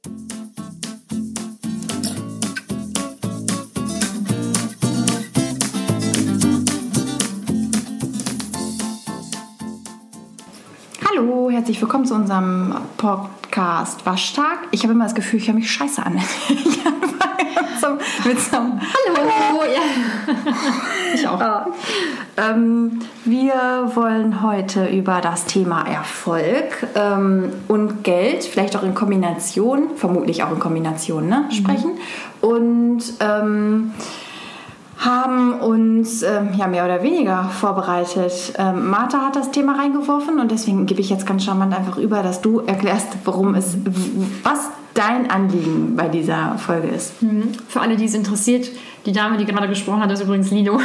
Hallo, herzlich willkommen zu unserem Podcast Waschtag. Ich habe immer das Gefühl, ich höre mich scheiße an. Hallo. Ja. Ich auch. Wir wollen heute über das Thema Erfolg und Geld, vielleicht auch in Kombination, vermutlich auch in Kombination, sprechen. Und haben uns mehr oder weniger vorbereitet. Martha hat das Thema reingeworfen und deswegen gebe ich jetzt ganz charmant einfach über, dass du erklärst, was dein Anliegen bei dieser Folge ist. Für alle, die es interessiert, die Dame, die gerade gesprochen hat, ist übrigens Lido.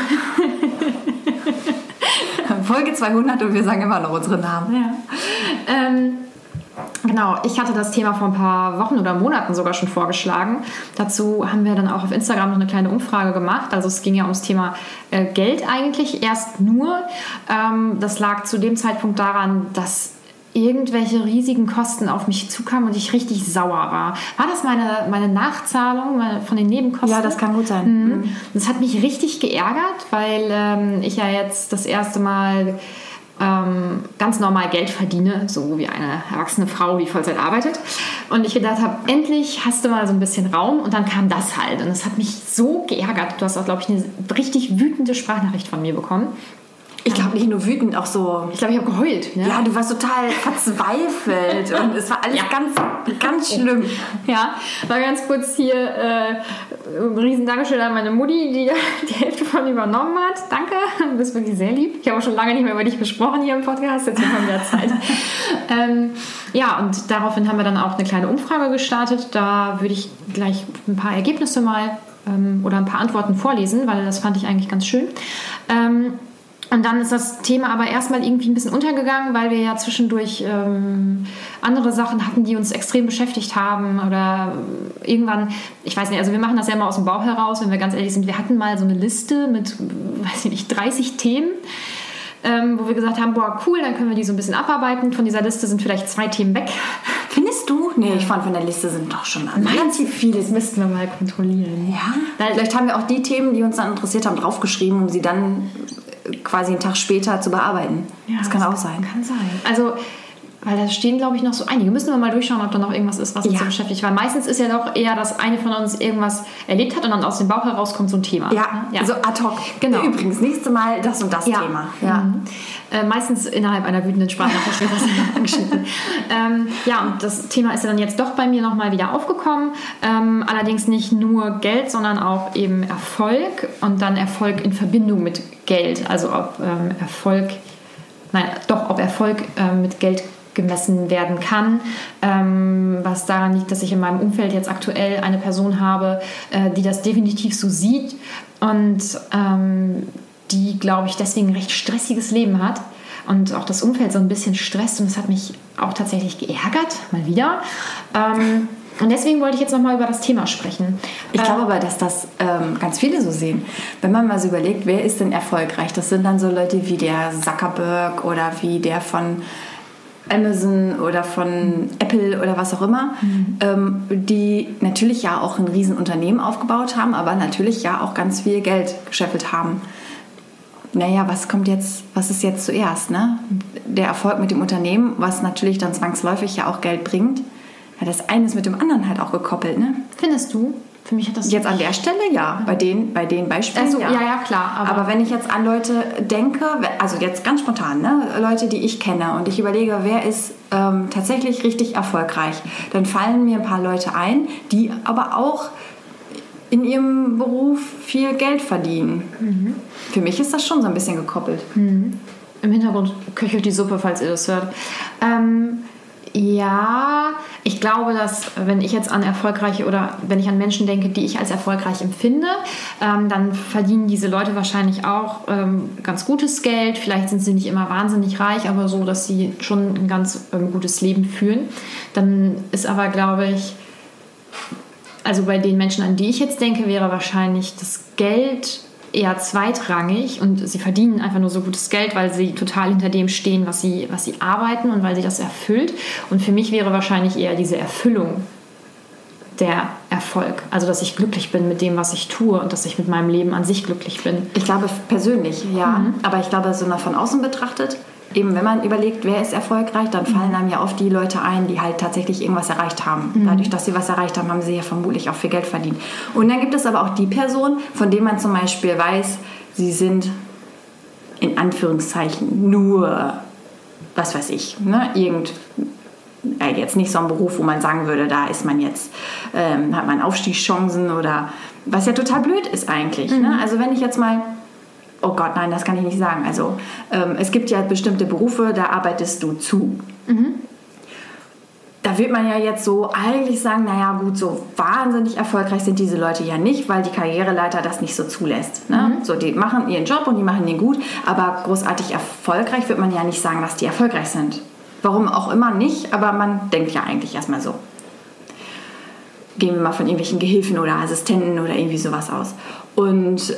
Folge 200 und wir sagen immer noch unsere Namen. Ja. Genau, ich hatte das Thema vor ein paar Wochen oder Monaten sogar schon vorgeschlagen. Dazu haben wir dann auch auf Instagram noch eine kleine Umfrage gemacht. Also es ging ja ums Thema Geld eigentlich erst nur. Das lag zu dem Zeitpunkt daran, dass irgendwelche riesigen Kosten auf mich zukamen und ich richtig sauer war. War das meine Nachzahlung von den Nebenkosten? Ja, das kann gut sein. Das hat mich richtig geärgert, weil ich ja jetzt das erste Mal ganz normal Geld verdiene, so wie eine erwachsene Frau, die Vollzeit arbeitet. Und ich gedacht habe, endlich hast du mal so ein bisschen Raum. Und dann kam das halt. Und es hat mich so geärgert. Du hast auch, glaube ich, eine richtig wütende Sprachnachricht von mir bekommen. Ich glaube nicht nur wütend, auch so... Ich glaube, ich habe geheult. Ne? Ja, du warst total verzweifelt und es war alles ganz schlimm. Ja, mal ganz kurz hier ein riesen Dankeschön an meine Mutti, die die Hälfte von übernommen hat. Danke, du bist wirklich sehr lieb. Ich habe auch schon lange nicht mehr über dich gesprochen hier im Podcast, jetzt haben wir wieder Zeit. Ja, und daraufhin haben wir dann auch eine kleine Umfrage gestartet. Da würde ich gleich ein paar Ergebnisse mal oder ein paar Antworten vorlesen, weil das fand ich eigentlich ganz schön. Und dann ist das Thema aber erstmal irgendwie ein bisschen untergegangen, weil wir ja zwischendurch andere Sachen hatten, die uns extrem beschäftigt haben. Oder irgendwann, ich weiß nicht, also wir machen das ja immer aus dem Bauch heraus, wenn wir ganz ehrlich sind. Wir hatten mal so eine Liste mit, weiß ich nicht, 30 Themen, wo wir gesagt haben, boah, cool, dann können wir die so ein bisschen abarbeiten. Von dieser Liste sind vielleicht 2 Themen weg. Findest du? Nee, ich fand, von der Liste sind doch schon relativ viele. Das müssten wir mal kontrollieren. Ja? Vielleicht haben wir auch die Themen, die uns dann interessiert haben, draufgeschrieben, um sie dann quasi einen Tag später zu bearbeiten. Ja, das kann auch sein. Kann sein. Also, weil da stehen, glaube ich, noch so einige. Müssen wir mal durchschauen, ob da noch irgendwas ist, was uns so beschäftigt. Weil meistens ist ja doch eher, dass eine von uns irgendwas erlebt hat und dann aus dem Bauch heraus kommt so ein Thema. Ja. So ad hoc. Genau. Übrigens, nächstes Mal das und das Thema. Ja. Meistens innerhalb einer wütenden Sprachnachricht wird das angeschnitten. Und das Thema ist ja dann jetzt doch bei mir nochmal wieder aufgekommen. Allerdings nicht nur Geld, sondern auch eben Erfolg und dann Erfolg in Verbindung mit Geld. Also ob Erfolg mit Geld gemessen werden kann, was daran liegt, dass ich in meinem Umfeld jetzt aktuell eine Person habe, die das definitiv so sieht und die, glaube ich, deswegen ein recht stressiges Leben hat und auch das Umfeld so ein bisschen stresst und das hat mich auch tatsächlich geärgert, mal wieder. Und deswegen wollte ich jetzt nochmal über das Thema sprechen. Ich glaube aber, dass das ganz viele so sehen. Wenn man mal so überlegt, wer ist denn erfolgreich? Das sind dann so Leute wie der Zuckerberg oder wie der von Amazon oder von Apple oder was auch immer, die natürlich ja auch ein Riesenunternehmen aufgebaut haben, aber natürlich ja auch ganz viel Geld gescheffelt haben. Naja, was ist jetzt zuerst? Ne? Der Erfolg mit dem Unternehmen, was natürlich dann zwangsläufig ja auch Geld bringt. Ja, das eine ist mit dem anderen halt auch gekoppelt. Ne? Findest du? Für mich hat das jetzt an der Stelle ja, bei den Beispielen also, ja, klar. Aber wenn ich jetzt an Leute denke, also jetzt ganz spontan, ne, Leute, die ich kenne und ich überlege, wer ist tatsächlich richtig erfolgreich, dann fallen mir ein paar Leute ein, die aber auch in ihrem Beruf viel Geld verdienen. Für mich ist das schon so ein bisschen gekoppelt. Im Hintergrund köchelt die Suppe, falls ihr das hört. Ja, ich glaube, dass wenn ich jetzt an erfolgreiche oder wenn ich an Menschen denke, die ich als erfolgreich empfinde, dann verdienen diese Leute wahrscheinlich auch ganz gutes Geld. Vielleicht sind sie nicht immer wahnsinnig reich, aber so, dass sie schon ein ganz gutes Leben führen. Dann ist aber, glaube ich, also bei den Menschen, an die ich jetzt denke, wäre wahrscheinlich das Geld eher zweitrangig und sie verdienen einfach nur so gutes Geld, weil sie total hinter dem stehen, was sie arbeiten und weil sie das erfüllt. Und für mich wäre wahrscheinlich eher diese Erfüllung der Erfolg? Also, dass ich glücklich bin mit dem, was ich tue und dass ich mit meinem Leben an sich glücklich bin. Ich glaube persönlich, ja. Aber ich glaube, so mal von außen betrachtet, eben wenn man überlegt, wer ist erfolgreich, dann fallen einem ja oft die Leute ein, die halt tatsächlich irgendwas erreicht haben. Dadurch, dass sie was erreicht haben, haben sie ja vermutlich auch viel Geld verdient. Und dann gibt es aber auch die Personen, von denen man zum Beispiel weiß, sie sind in Anführungszeichen nur, was weiß ich, ne, jetzt nicht so ein Beruf, wo man sagen würde, da ist man jetzt, hat man Aufstiegschancen oder was ja total blöd ist eigentlich. Ne? Also wenn ich jetzt mal, oh Gott, nein, das kann ich nicht sagen. Also es gibt ja bestimmte Berufe, da arbeitest du zu. Da wird man ja jetzt so eigentlich sagen, naja gut, so wahnsinnig erfolgreich sind diese Leute ja nicht, weil die Karriereleiter das nicht so zulässt. Ne? So, die machen ihren Job und die machen den gut, aber großartig erfolgreich wird man ja nicht sagen, dass die erfolgreich sind. Warum auch immer nicht, aber man denkt ja eigentlich erstmal so. Gehen wir mal von irgendwelchen Gehilfen oder Assistenten oder irgendwie sowas aus. Und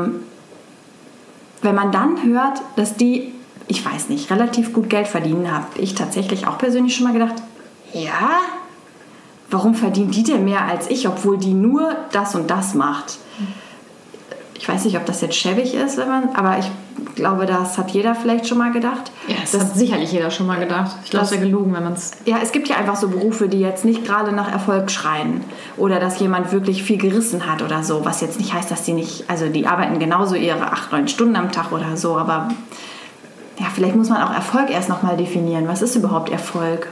wenn man dann hört, dass die, ich weiß nicht, relativ gut Geld verdienen, habe ich tatsächlich auch persönlich schon mal gedacht, ja, warum verdient die denn mehr als ich, obwohl die nur das und das macht? Ich weiß nicht, ob das jetzt schäbig ist, aber ich glaube, das hat jeder vielleicht schon mal gedacht. Ja, das hat sicherlich jeder schon mal gedacht. Ich glaube, es wäre gelogen, wenn man es... Ja, es gibt ja einfach so Berufe, die jetzt nicht gerade nach Erfolg schreien oder dass jemand wirklich viel gerissen hat oder so, was jetzt nicht heißt, dass die nicht... Also die arbeiten genauso ihre 8-9 Stunden am Tag oder so, aber ja, vielleicht muss man auch Erfolg erst nochmal definieren. Was ist überhaupt Erfolg?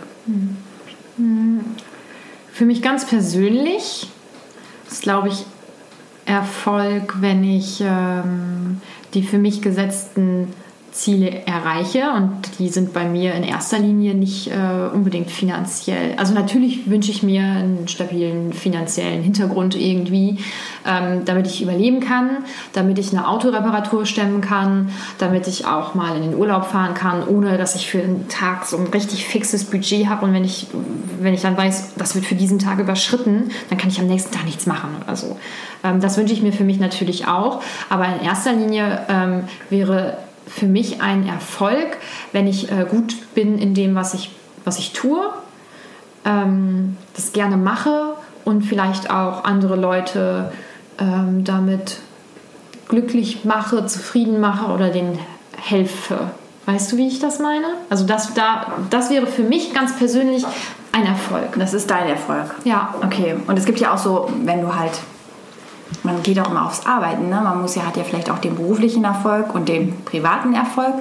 Für mich ganz persönlich ist, glaube ich, Erfolg, wenn ich die für mich gesetzten Ziele erreiche, und die sind bei mir in erster Linie nicht unbedingt finanziell. Also natürlich wünsche ich mir einen stabilen finanziellen Hintergrund irgendwie, damit ich überleben kann, damit ich eine Autoreparatur stemmen kann, damit ich auch mal in den Urlaub fahren kann, ohne dass ich für einen Tag so ein richtig fixes Budget habe, und wenn ich dann weiß, das wird für diesen Tag überschritten, dann kann ich am nächsten Tag nichts machen oder so. Das wünsche ich mir für mich natürlich auch, aber in erster Linie wäre für mich ein Erfolg, wenn ich gut bin in dem, was ich tue, das gerne mache und vielleicht auch andere Leute damit glücklich mache, zufrieden mache oder denen helfe. Weißt du, wie ich das meine? Also das wäre für mich ganz persönlich ein Erfolg. Das ist dein Erfolg? Ja. Okay. Und es gibt ja auch so, wenn du halt... Man geht auch immer aufs Arbeiten, ne? Man hat ja vielleicht auch den beruflichen Erfolg und den privaten Erfolg.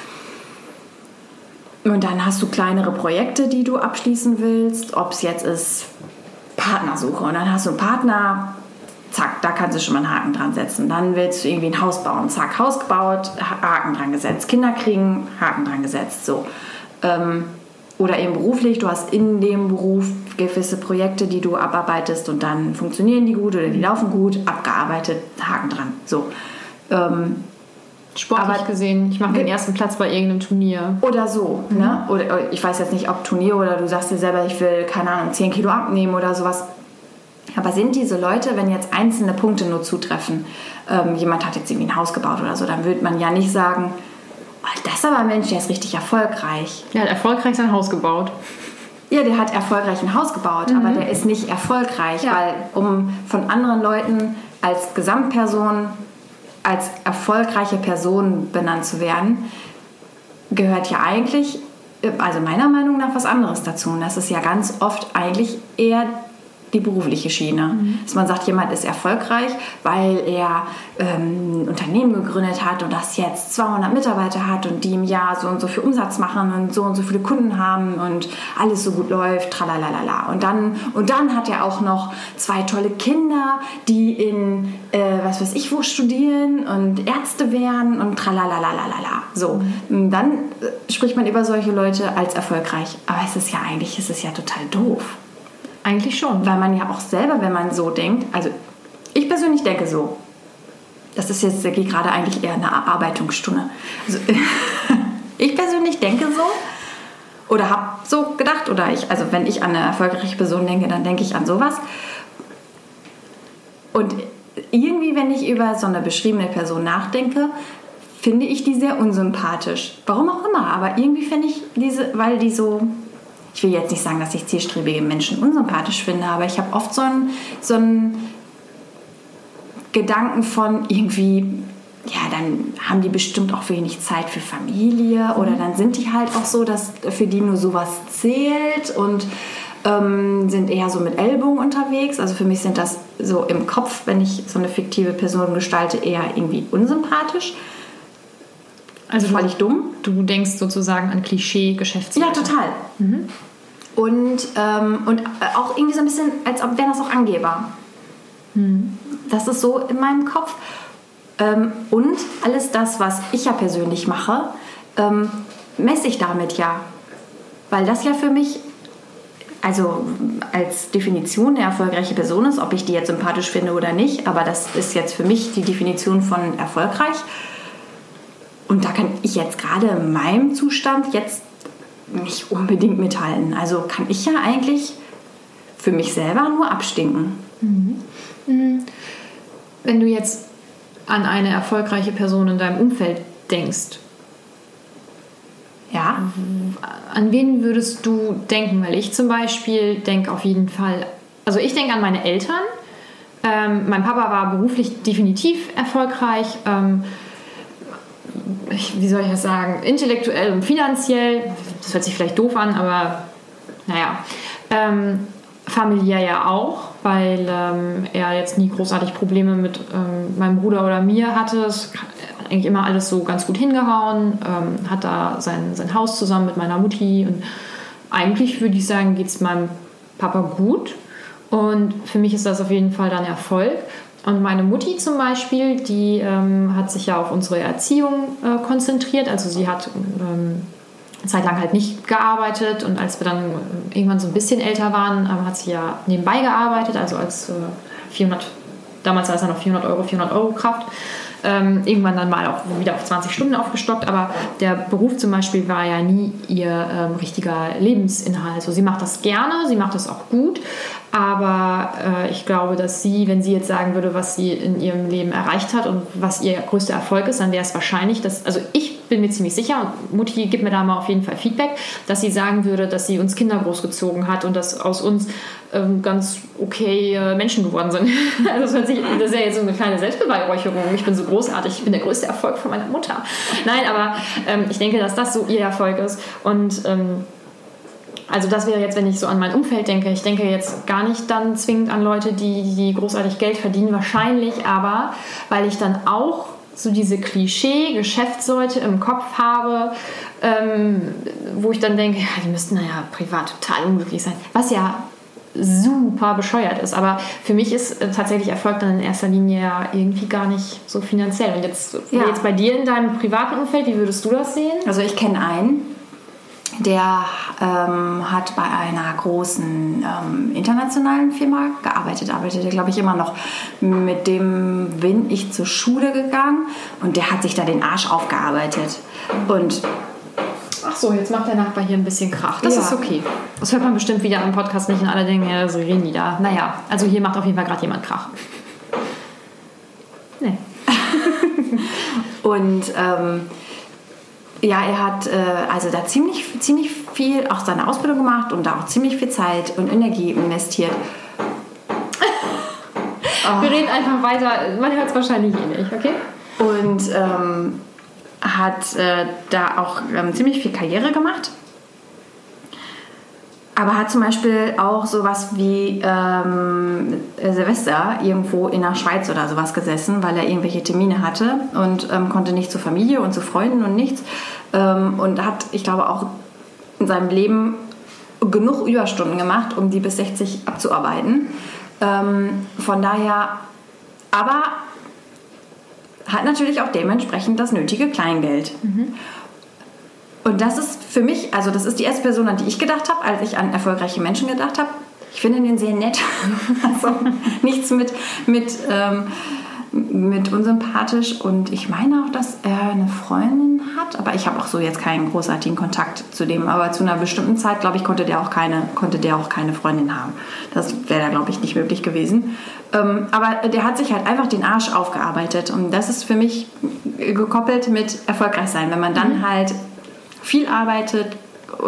Und dann hast du kleinere Projekte, die du abschließen willst. Ob es jetzt ist Partnersuche. Und dann hast du einen Partner, zack, da kannst du schon mal einen Haken dran setzen. Dann willst du irgendwie ein Haus bauen, zack, Haus gebaut, Haken dran gesetzt. Kinder kriegen, Haken dran gesetzt. So. Oder eben beruflich, du hast in dem Beruf gewisse Projekte, die du abarbeitest und dann funktionieren die gut oder die laufen gut, abgearbeitet, Haken dran. So. Sportlich gesehen, ich mache den ersten Platz bei irgendeinem Turnier. Oder so. Ne? Oder ich weiß jetzt nicht, ob Turnier oder du sagst dir selber, ich will, keine Ahnung, 10 Kilo abnehmen oder sowas. Aber sind diese Leute, wenn jetzt einzelne Punkte nur zutreffen, jemand hat jetzt irgendwie ein Haus gebaut oder so, dann würde man ja nicht sagen, das ist aber ein Mensch, der ist richtig erfolgreich. Der hat erfolgreich sein Haus gebaut. Ja, der hat erfolgreich ein Haus gebaut, aber der ist nicht erfolgreich, weil um von anderen Leuten als Gesamtperson, als erfolgreiche Person benannt zu werden, gehört ja eigentlich, also meiner Meinung nach, was anderes dazu. Und das ist ja ganz oft eigentlich eher die berufliche Schiene. Dass man sagt, jemand ist erfolgreich, weil er ein Unternehmen gegründet hat und das jetzt 200 Mitarbeiter hat und die im Jahr so und so viel Umsatz machen und so viele Kunden haben und alles so gut läuft, tralalala. Und dann hat er auch noch 2 tolle Kinder, die in was weiß ich wo studieren und Ärzte werden und tralalalalala. So. Und dann spricht man über solche Leute als erfolgreich. Aber es ist ja total doof. Eigentlich schon. Weil man ja auch selber, wenn man so denkt, also ich persönlich denke so, das ist jetzt gerade eigentlich eher eine Erarbeitungsstunde. Also, ich persönlich denke so oder habe so gedacht, oder also wenn ich an eine erfolgreiche Person denke, dann denke ich an sowas. Und irgendwie, wenn ich über so eine beschriebene Person nachdenke, finde ich die sehr unsympathisch. Warum auch immer, aber irgendwie finde ich diese, weil die so... ich will jetzt nicht sagen, dass ich zielstrebige Menschen unsympathisch finde, aber ich habe oft so einen Gedanken von irgendwie, ja, dann haben die bestimmt auch wenig Zeit für Familie oder dann sind die halt auch so, dass für die nur sowas zählt und sind eher so mit Ellbogen unterwegs. Also für mich sind das so im Kopf, wenn ich so eine fiktive Person gestalte, eher irgendwie unsympathisch. Also völlig dumm. Du denkst sozusagen an Klischee-Geschäftsleute. Ja, total. Mhm. Und auch irgendwie so ein bisschen, als ob wären das auch Angeber. Das ist so in meinem Kopf. Und alles das, was ich ja persönlich mache, messe ich damit ja. Weil das ja für mich, also als Definition eine erfolgreiche Person ist, ob ich die jetzt sympathisch finde oder nicht, aber das ist jetzt für mich die Definition von erfolgreich. Und da kann ich jetzt gerade in meinem Zustand jetzt nicht unbedingt mithalten. Also kann ich ja eigentlich für mich selber nur abstinken. Wenn du jetzt an eine erfolgreiche Person in deinem Umfeld denkst, ja, an wen würdest du denken? Weil ich zum Beispiel denke auf jeden Fall, also ich denke an meine Eltern. Mein Papa war beruflich definitiv erfolgreich. Wie soll ich das sagen? Intellektuell und finanziell. Das hört sich vielleicht doof an, aber naja. Familiär ja auch, weil er jetzt nie großartig Probleme mit meinem Bruder oder mir hatte. Es hat eigentlich immer alles so ganz gut hingehauen. Hat da sein Haus zusammen mit meiner Mutti. Und eigentlich würde ich sagen, geht es meinem Papa gut. Und für mich ist das auf jeden Fall dann Erfolg. Und meine Mutti zum Beispiel, die hat sich ja auf unsere Erziehung konzentriert. Also sie hat zeitlang halt nicht gearbeitet und als wir dann irgendwann so ein bisschen älter waren, hat sie ja nebenbei gearbeitet, also als damals war es ja noch 400 Euro Kraft. Irgendwann dann mal auch wieder auf 20 Stunden aufgestockt, aber der Beruf zum Beispiel war ja nie ihr richtiger Lebensinhalt. Also sie macht das gerne, sie macht das auch gut, aber ich glaube, dass sie, wenn sie jetzt sagen würde, was sie in ihrem Leben erreicht hat und was ihr größter Erfolg ist, dann wäre es wahrscheinlich, also ich bin mir ziemlich sicher, und Mutti gibt mir da mal auf jeden Fall Feedback, dass sie sagen würde, dass sie uns Kinder großgezogen hat und dass aus uns ganz okay Menschen geworden sind. Also das ist ja jetzt so eine kleine Selbstbeweihräucherung. Ich bin so großartig, ich bin der größte Erfolg von meiner Mutter. Nein, aber ich denke, dass das so ihr Erfolg ist. Und also das wäre jetzt, wenn ich so an mein Umfeld denke, ich denke jetzt gar nicht dann zwingend an Leute, die großartig Geld verdienen, wahrscheinlich aber, weil ich dann auch so diese Klischee-Geschäftsleute im Kopf habe, wo ich dann denke, ja, die müssten privat total unglücklich sein. Was ja super bescheuert ist. Aber für mich ist tatsächlich Erfolg dann in erster Linie ja irgendwie gar nicht so finanziell. Und jetzt bei dir in deinem privaten Umfeld, wie würdest du das sehen? Also ich kenne einen, der hat bei einer großen internationalen Firma arbeitet er, glaube ich, immer noch. Mit dem bin ich zur Schule gegangen und der hat sich da den Arsch aufgearbeitet. Und ach so, jetzt macht der Nachbar hier ein bisschen Krach. Das ist okay. Das hört man bestimmt wieder im Podcast nicht und alle denken, ja, so reden die da. Naja, also hier macht auf jeden Fall gerade jemand Krach. Nee. Und er hat also da ziemlich viel auch seine Ausbildung gemacht und da auch ziemlich viel Zeit und Energie investiert. Wir reden einfach weiter. Man hört es wahrscheinlich eh nicht, okay? Und hat da auch ziemlich viel Karriere gemacht. Aber hat zum Beispiel auch sowas wie Silvester irgendwo in der Schweiz oder sowas gesessen, weil er irgendwelche Termine hatte und konnte nicht zur Familie und zu Freunden und nichts. Und hat, ich glaube, auch in seinem Leben genug Überstunden gemacht, um die bis 60 abzuarbeiten. Von daher, aber hat natürlich auch dementsprechend das nötige Kleingeld. Mhm. Und das ist für mich, also das ist die erste Person, an die ich gedacht habe, als ich an erfolgreiche Menschen gedacht habe. Ich finde den sehr nett. Also nichts mit unsympathisch. Und ich meine auch, dass er eine Freundin hat. Aber ich habe auch so jetzt keinen großartigen Kontakt zu dem. Aber zu einer bestimmten Zeit, glaube ich, konnte der auch keine Freundin haben. Das wäre da, glaube ich, nicht möglich gewesen. Aber der hat sich halt einfach den Arsch aufgearbeitet. Und das ist für mich gekoppelt mit erfolgreich sein. Wenn man dann halt viel arbeitet und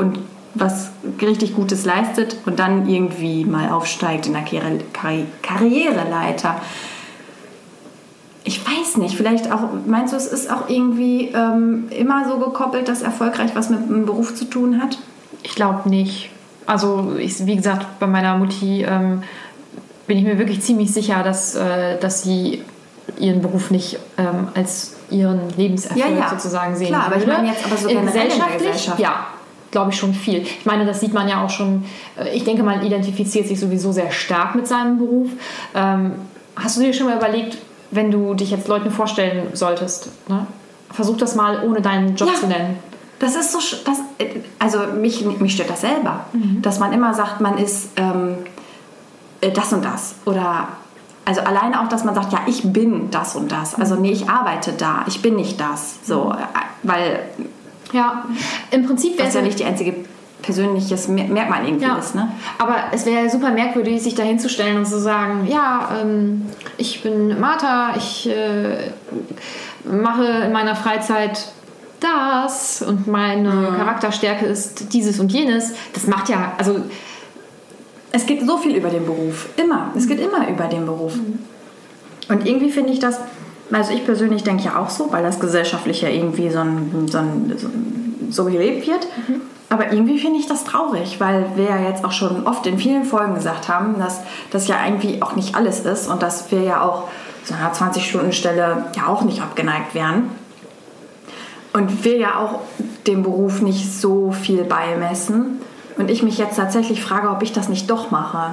was richtig Gutes leistet und dann irgendwie mal aufsteigt in der Karriereleiter. Ich weiß nicht, vielleicht auch, meinst du, es ist auch irgendwie immer so gekoppelt, dass erfolgreich was mit dem Beruf zu tun hat? Ich glaube nicht. Also wie gesagt, bei meiner Mutti bin ich mir wirklich ziemlich sicher, dass sie ihren Beruf nicht als ihren Lebenserfolg sozusagen sehen klar, würde. Aber ich meine jetzt aber so generell in der Gesellschaft. Ja, glaube ich schon viel. Ich meine, das sieht man ja auch schon. Ich denke, man identifiziert sich sowieso sehr stark mit seinem Beruf. Hast du dir schon mal überlegt, wenn du dich jetzt Leuten vorstellen solltest, ne? Versuch das mal, ohne deinen Job zu nennen. Das ist so, also mich stört das selber, dass man immer sagt, man ist das und das. Oder also alleine auch, dass man sagt, ja, ich bin das und das. Also nee, ich arbeite da, ich bin nicht das. So, weil ja, im Prinzip wäre das ja nicht die einzige persönliches Merkmal irgendwie ist. Ne? Aber es wäre super merkwürdig, sich da hinzustellen und zu sagen, ja, ich bin Martha, ich mache in meiner Freizeit das und meine Charakterstärke ist dieses und jenes. Das macht ja, also es geht so viel über den Beruf. Immer. Es geht immer über den Beruf. Und irgendwie finde ich das, also ich persönlich denke ja auch so, weil das gesellschaftlich ja irgendwie so gelebt wird. Aber irgendwie finde ich das traurig, weil wir ja jetzt auch schon oft in vielen Folgen gesagt haben, dass das ja irgendwie auch nicht alles ist und dass wir ja auch so einer 20-Stunden-Stelle ja auch nicht abgeneigt wären. Und wir ja auch dem Beruf nicht so viel beimessen. Und ich mich jetzt tatsächlich frage, ob ich das nicht doch mache.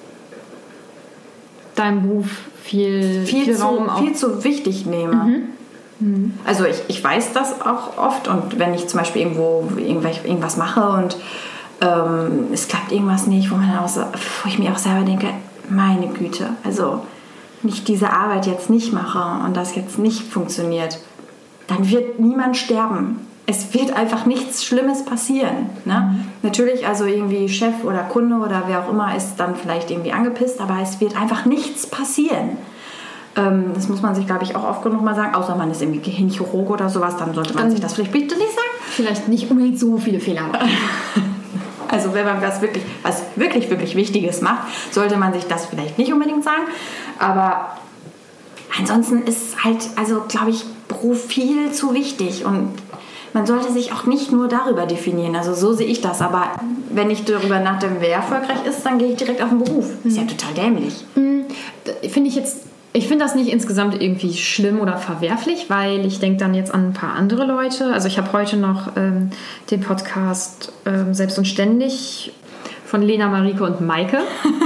Deinem Beruf viel zu wichtig nehme. Also ich weiß das auch oft. Und wenn ich zum Beispiel irgendwas mache und es klappt irgendwas nicht, wo ich mir auch selber denke, meine Güte, also wenn ich diese Arbeit jetzt nicht mache und das jetzt nicht funktioniert, dann wird niemand sterben. Es wird einfach nichts Schlimmes passieren. Ne? Natürlich, also irgendwie Chef oder Kunde oder wer auch immer ist dann vielleicht irgendwie angepisst, aber es wird einfach nichts passieren. Das muss man sich, glaube ich, auch oft genug mal sagen. Außer man ist irgendwie Gehirnchirurg oder sowas, dann sollte man sich das vielleicht bitte nicht sagen. Vielleicht nicht unbedingt so viele Fehler machen. Also wenn man was wirklich, wirklich Wichtiges macht, sollte man sich das vielleicht nicht unbedingt sagen. Aber ansonsten ist halt, also glaube ich, Beruf viel zu wichtig und man sollte sich auch nicht nur darüber definieren. Also so sehe ich das. Aber wenn ich darüber nachdenke, wer erfolgreich ist, dann gehe ich direkt auf den Beruf. Das ist ja total dämlich. Ich finde das nicht insgesamt irgendwie schlimm oder verwerflich, weil ich denke dann jetzt an ein paar andere Leute. Also ich habe heute noch den Podcast Selbst und Ständig von Lena, Marike und Maike.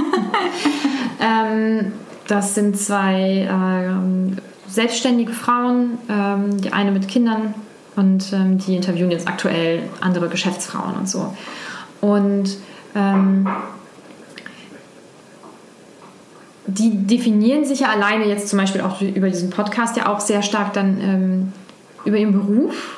Das sind zwei selbstständige Frauen, die eine mit Kindern und die interviewen jetzt aktuell andere Geschäftsfrauen und so. Und die definieren sich ja alleine jetzt zum Beispiel auch über diesen Podcast ja auch sehr stark dann über ihren Beruf.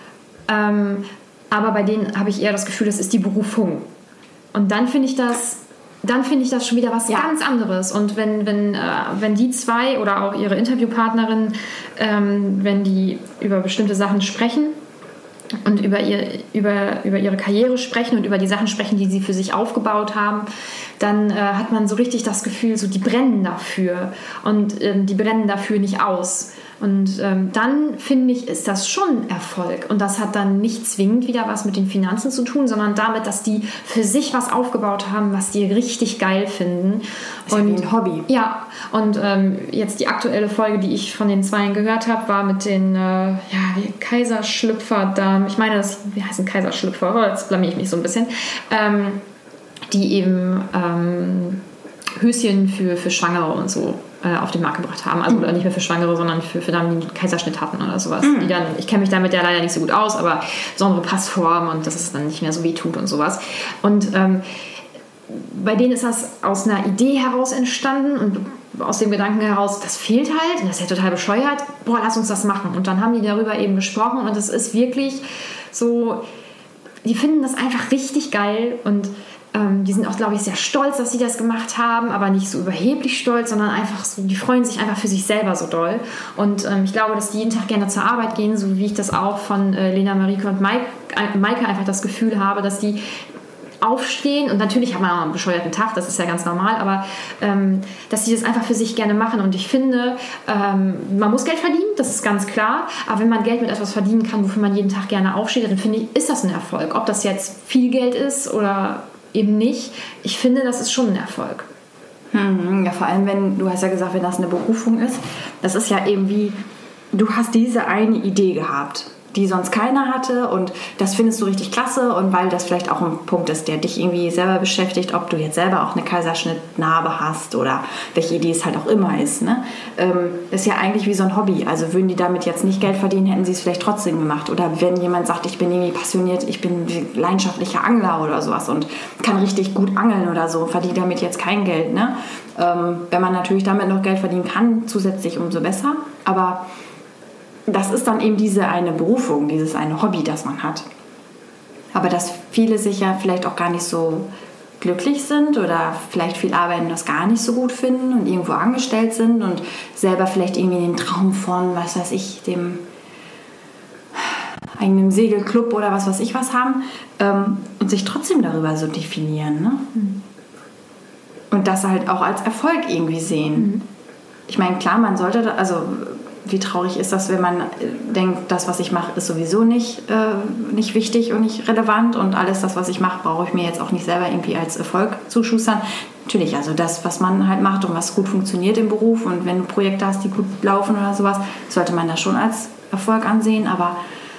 Aber bei denen habe ich eher das Gefühl, das ist die Berufung. Und dann finde ich das schon wieder was ganz anderes. Und wenn die zwei oder auch ihre Interviewpartnerin, wenn die über bestimmte Sachen sprechen und über ihre Karriere sprechen und über die Sachen sprechen, die sie für sich aufgebaut haben, dann hat man so richtig das Gefühl, so die brennen dafür und die brennen dafür nicht aus. Und dann, finde ich, ist das schon Erfolg. Und das hat dann nicht zwingend wieder was mit den Finanzen zu tun, sondern damit, dass die für sich was aufgebaut haben, was die richtig geil finden. Das ist ja wie ein Hobby. Ja, und jetzt die aktuelle Folge, die ich von den Zweien gehört habe, war mit den Kaiserschlüpfer-Damen. Ich meine, wie heißen Kaiserschlüpfer? Oh, jetzt blamier ich mich so ein bisschen. Die eben Höschen für Schwangere und so auf den Markt gebracht haben. Also oder nicht mehr für Schwangere, sondern für Damen, die einen Kaiserschnitt hatten oder sowas. Die dann, ich kenne mich damit ja leider nicht so gut aus, aber besondere Passform und dass es dann nicht mehr so weh tut und sowas. Und bei denen ist das aus einer Idee heraus entstanden und aus dem Gedanken heraus, das fehlt halt, und das ist ja total bescheuert, lass uns das machen. Und dann haben die darüber eben gesprochen und es ist wirklich so, die finden das einfach richtig geil und Die sind auch, glaube ich, sehr stolz, dass sie das gemacht haben, aber nicht so überheblich stolz, sondern einfach so, die freuen sich einfach für sich selber so doll. Und ich glaube, dass die jeden Tag gerne zur Arbeit gehen, so wie ich das auch von Lena, Marike und Maike einfach das Gefühl habe, dass die aufstehen und natürlich hat man auch einen bescheuerten Tag, das ist ja ganz normal, aber dass sie das einfach für sich gerne machen und ich finde, man muss Geld verdienen, das ist ganz klar, aber wenn man Geld mit etwas verdienen kann, wofür man jeden Tag gerne aufsteht, dann finde ich, ist das ein Erfolg. Ob das jetzt viel Geld ist oder eben nicht, ich finde, das ist schon ein Erfolg. Ja, vor allem, wenn, du hast ja gesagt, wenn das eine Berufung ist, das ist ja eben wie, du hast diese eine Idee gehabt, die sonst keiner hatte und das findest du richtig klasse und weil das vielleicht auch ein Punkt ist, der dich irgendwie selber beschäftigt, ob du jetzt selber auch eine Kaiserschnittnarbe hast oder welche Idee es halt auch immer ist, ne? Ist ja eigentlich wie so ein Hobby, also würden die damit jetzt nicht Geld verdienen, hätten sie es vielleicht trotzdem gemacht oder wenn jemand sagt, ich bin irgendwie passioniert, ich bin leidenschaftlicher Angler oder sowas und kann richtig gut angeln oder so, verdient damit jetzt kein Geld, ne? Wenn man natürlich damit noch Geld verdienen kann, zusätzlich umso besser, aber das ist dann eben diese eine Berufung, dieses eine Hobby, das man hat. Aber dass viele sich ja vielleicht auch gar nicht so glücklich sind oder vielleicht viel arbeiten und das gar nicht so gut finden und irgendwo angestellt sind und selber vielleicht irgendwie den Traum von, was weiß ich, dem eigenen Segelclub oder was weiß ich was haben und sich trotzdem darüber so definieren. Ne? Und das halt auch als Erfolg irgendwie sehen. Ich meine, klar, man sollte, also wie traurig ist das, wenn man denkt, das, was ich mache, ist sowieso nicht wichtig und nicht relevant und alles das, was ich mache, brauche ich mir jetzt auch nicht selber irgendwie als Erfolg zuschustern. Natürlich, also das, was man halt macht und was gut funktioniert im Beruf und wenn du Projekte hast, die gut laufen oder sowas, sollte man das schon als Erfolg ansehen, aber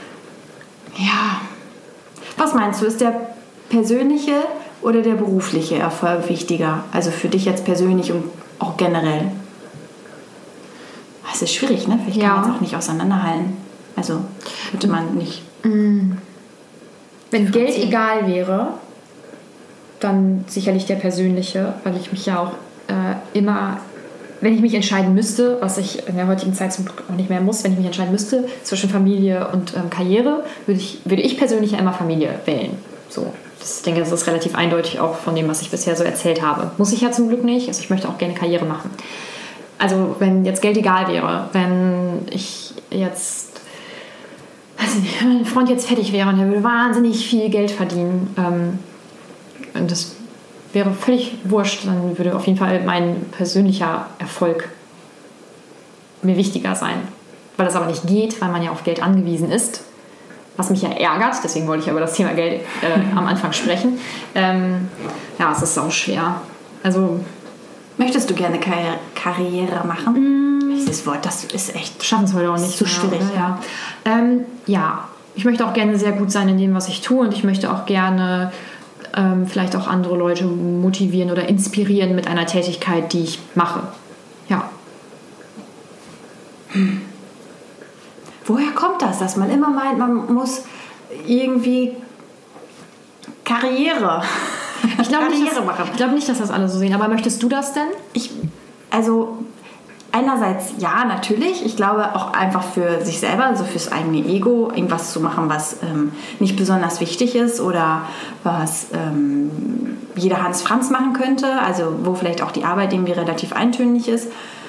ja, was meinst du, ist der persönliche oder der berufliche Erfolg wichtiger? Also für dich jetzt persönlich und auch generell? Das ist schwierig, ne? Vielleicht kann man es auch nicht auseinanderhalten. Also könnte man nicht. Wenn Geld egal wäre, dann sicherlich der persönliche, weil ich mich ja auch immer, wenn ich mich entscheiden müsste, was ich in der heutigen Zeit zum Glück auch nicht mehr muss, wenn ich mich entscheiden müsste zwischen Familie und Karriere, würde ich persönlich ja immer Familie wählen. So. Ich denke, das ist relativ eindeutig auch von dem, was ich bisher so erzählt habe. Muss ich ja zum Glück nicht. Also ich möchte auch gerne Karriere machen. Also wenn jetzt Geld egal wäre, wenn ich jetzt, weiß ich nicht, wenn mein Freund jetzt fertig wäre und er würde wahnsinnig viel Geld verdienen und das wäre völlig wurscht, dann würde auf jeden Fall mein persönlicher Erfolg mir wichtiger sein. Weil das aber nicht geht, weil man ja auf Geld angewiesen ist, was mich ja ärgert, deswegen wollte ich ja über das Thema Geld am Anfang sprechen. Ja, es ist auch schwer. Also möchtest du gerne Karriere machen? Dieses Wort, das ist echt... Schaffen es heute auch nicht. So schwierig, ja. Ja, ich möchte auch gerne sehr gut sein in dem, was ich tue und ich möchte auch gerne vielleicht auch andere Leute motivieren oder inspirieren mit einer Tätigkeit, die ich mache. Ja. Woher kommt das, dass man immer meint, man muss irgendwie Karriere Ich glaube nicht, dass das alle so sehen. Aber möchtest du das denn? Also einerseits ja, natürlich. Ich glaube auch einfach für sich selber, also fürs eigene Ego, irgendwas zu machen, was nicht besonders wichtig ist oder was jeder Hans Franz machen könnte. Also wo vielleicht auch die Arbeit irgendwie relativ eintönig ist.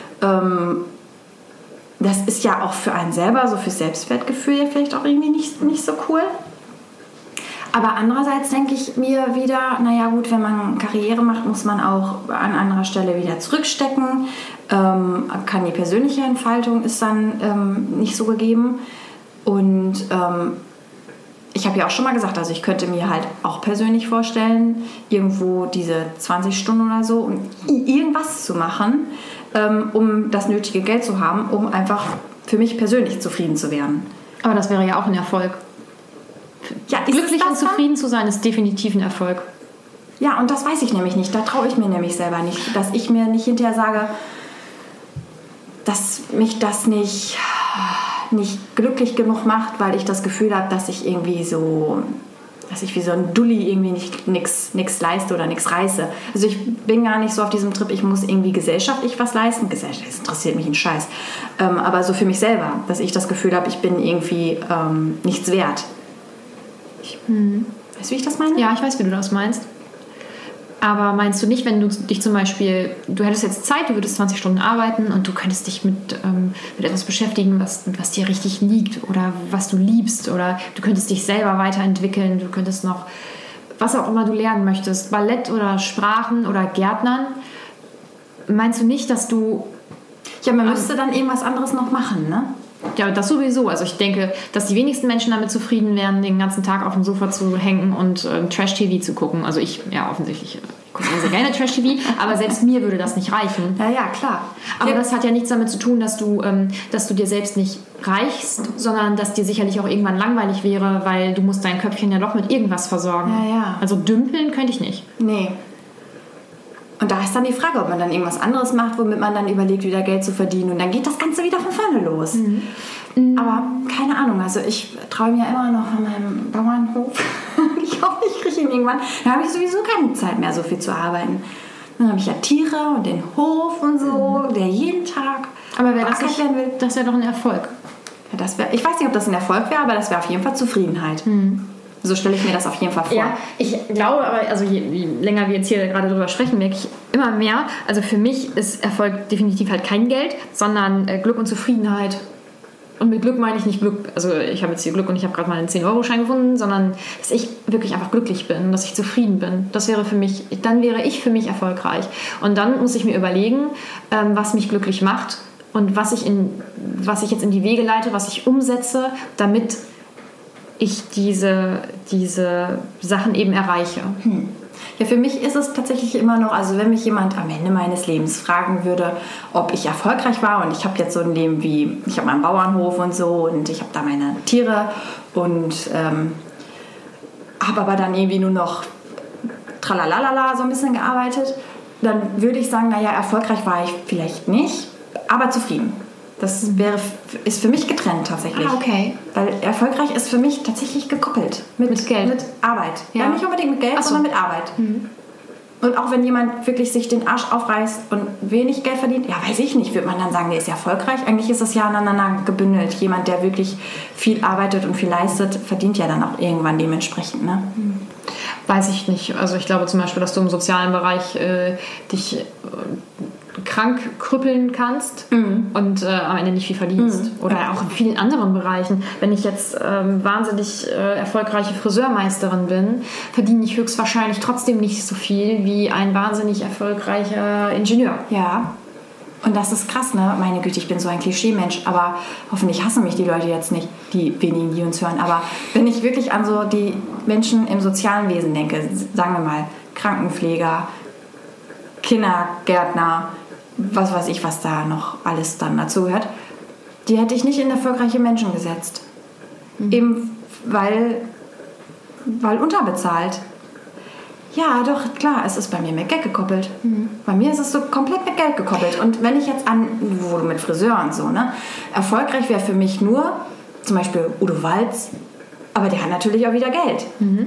Das ist ja auch für einen selber, so fürs Selbstwertgefühl ja vielleicht auch irgendwie nicht so cool. Aber andererseits denke ich mir wieder, naja gut, wenn man Karriere macht, muss man auch an anderer Stelle wieder zurückstecken. Kann die persönliche Entfaltung ist dann nicht so gegeben. Und ich habe ja auch schon mal gesagt, also ich könnte mir halt auch persönlich vorstellen, irgendwo diese 20 Stunden oder so, um irgendwas zu machen, um das nötige Geld zu haben, um einfach für mich persönlich zufrieden zu werden. Aber das wäre ja auch ein Erfolg. Ja, glücklich und zufrieden zu sein, ist definitiv ein Erfolg. Ja, und das weiß ich nämlich nicht. Da traue ich mir nämlich selber nicht. Dass ich mir nicht hinterher sage, dass mich das nicht glücklich genug macht, weil ich das Gefühl habe, dass ich irgendwie so, dass ich wie so ein Dulli irgendwie nichts leiste oder nichts reiße. Also ich bin gar nicht so auf diesem Trip, ich muss irgendwie gesellschaftlich was leisten. Gesellschaft, das interessiert mich ein Scheiß. Aber so für mich selber, dass ich das Gefühl habe, ich bin irgendwie nichts wert. Weißt du, wie ich das meine? Ja, ich weiß, wie du das meinst. Aber meinst du nicht, wenn du dich zum Beispiel, du hättest jetzt Zeit, du würdest 20 Stunden arbeiten und du könntest dich mit etwas beschäftigen, was dir richtig liegt oder was du liebst, oder du könntest dich selber weiterentwickeln, du könntest noch, was auch immer du lernen möchtest, Ballett oder Sprachen oder Gärtnern. Meinst du nicht, dass du... Ja, man müsste dann irgendwas anderes noch machen, ne? Ja, das sowieso. Also ich denke, dass die wenigsten Menschen damit zufrieden wären, den ganzen Tag auf dem Sofa zu hängen und Trash-TV zu gucken. Also ich, ja, offensichtlich gucke sehr gerne Trash-TV, aber selbst mir würde das nicht reichen. Ja, klar. Aber das hat ja nichts damit zu tun, dass du dir selbst nicht reichst, sondern dass dir sicherlich auch irgendwann langweilig wäre, weil du musst dein Köpfchen ja doch mit irgendwas versorgen. Ja. Also dümpeln könnte ich nicht. Nee. Und da ist dann die Frage, ob man dann irgendwas anderes macht, womit man dann überlegt, wieder Geld zu verdienen. Und dann geht das Ganze wieder von vorne los. Aber keine Ahnung, also ich träume ja immer noch von meinem Bauernhof. Ich hoffe, ich kriege ihn irgendwann. Da habe ich sowieso keine Zeit mehr, so viel zu arbeiten. Dann habe ich ja Tiere und den Hof und so, der jeden Tag Aber wer das beackert werden will. Das wäre doch ein Erfolg. Ja, ich weiß nicht, ob das ein Erfolg wäre, aber das wäre auf jeden Fall Zufriedenheit. So stelle ich mir das auf jeden Fall vor. Ja, ich glaube aber, also je länger wir jetzt hier gerade drüber sprechen, merke ich immer mehr, also für mich ist Erfolg definitiv halt kein Geld, sondern Glück und Zufriedenheit. Und mit Glück meine ich nicht Glück, also ich habe jetzt hier Glück und ich habe gerade mal einen 10-Euro-Schein gefunden, sondern dass ich wirklich einfach glücklich bin, dass ich zufrieden bin. Das wäre für mich, dann wäre ich für mich erfolgreich. Und dann muss ich mir überlegen, was mich glücklich macht und was ich jetzt in die Wege leite, was ich umsetze, damit ich diese Sachen eben erreiche. Ja, für mich ist es tatsächlich immer noch, also wenn mich jemand am Ende meines Lebens fragen würde, ob ich erfolgreich war, und ich habe jetzt so ein Leben wie, ich habe meinen Bauernhof und so und ich habe da meine Tiere und habe aber dann irgendwie nur noch tralalala so ein bisschen gearbeitet, dann würde ich sagen, naja, erfolgreich war ich vielleicht nicht, aber zufrieden. Das ist für mich getrennt tatsächlich. Ah, okay. Weil erfolgreich ist für mich tatsächlich gekoppelt mit Geld. Mit Arbeit. Ja. Ja, nicht unbedingt mit Geld, sondern mit Arbeit. Und auch wenn jemand wirklich sich den Arsch aufreißt und wenig Geld verdient, ja, weiß ich nicht, würde man dann sagen, der ist erfolgreich. Eigentlich ist das ja aneinander gebündelt. Jemand, der wirklich viel arbeitet und viel leistet, verdient ja dann auch irgendwann dementsprechend, ne? Weiß ich nicht. Also ich glaube zum Beispiel, dass du im sozialen Bereich dich krank krüppeln kannst und am Ende nicht viel verdienst. Oder auch in vielen anderen Bereichen. Wenn ich jetzt wahnsinnig erfolgreiche Friseurmeisterin bin, verdiene ich höchstwahrscheinlich trotzdem nicht so viel wie ein wahnsinnig erfolgreicher Ingenieur. Ja. Und das ist krass, ne? Meine Güte, ich bin so ein Klischee-Mensch, aber hoffentlich hassen mich die Leute jetzt nicht, die wenigen, die uns hören. Aber wenn ich wirklich an so die Menschen im sozialen Wesen denke, sagen wir mal Krankenpfleger, Kindergärtner, was weiß ich, was da noch alles dann dazu gehört, die hätte ich nicht in erfolgreiche Menschen gesetzt. Eben weil unterbezahlt. Ja, doch, klar, es ist bei mir mit Geld gekoppelt. Bei mir ist es so komplett mit Geld gekoppelt. Und wenn ich jetzt wo du mit Friseur und so, ne, erfolgreich wäre für mich nur zum Beispiel Udo Walz, aber der hat natürlich auch wieder Geld.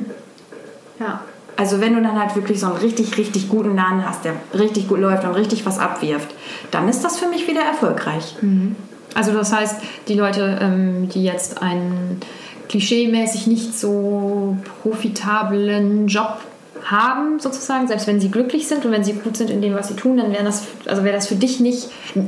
Ja. Also wenn du dann halt wirklich so einen richtig, richtig guten Laden hast, der richtig gut läuft und richtig was abwirft, dann ist das für mich wieder erfolgreich. Also das heißt, die Leute, die jetzt einen klischeemäßig nicht so profitablen Job haben, sozusagen, selbst wenn sie glücklich sind und wenn sie gut sind in dem, was sie tun, dann wäre das für dich nicht,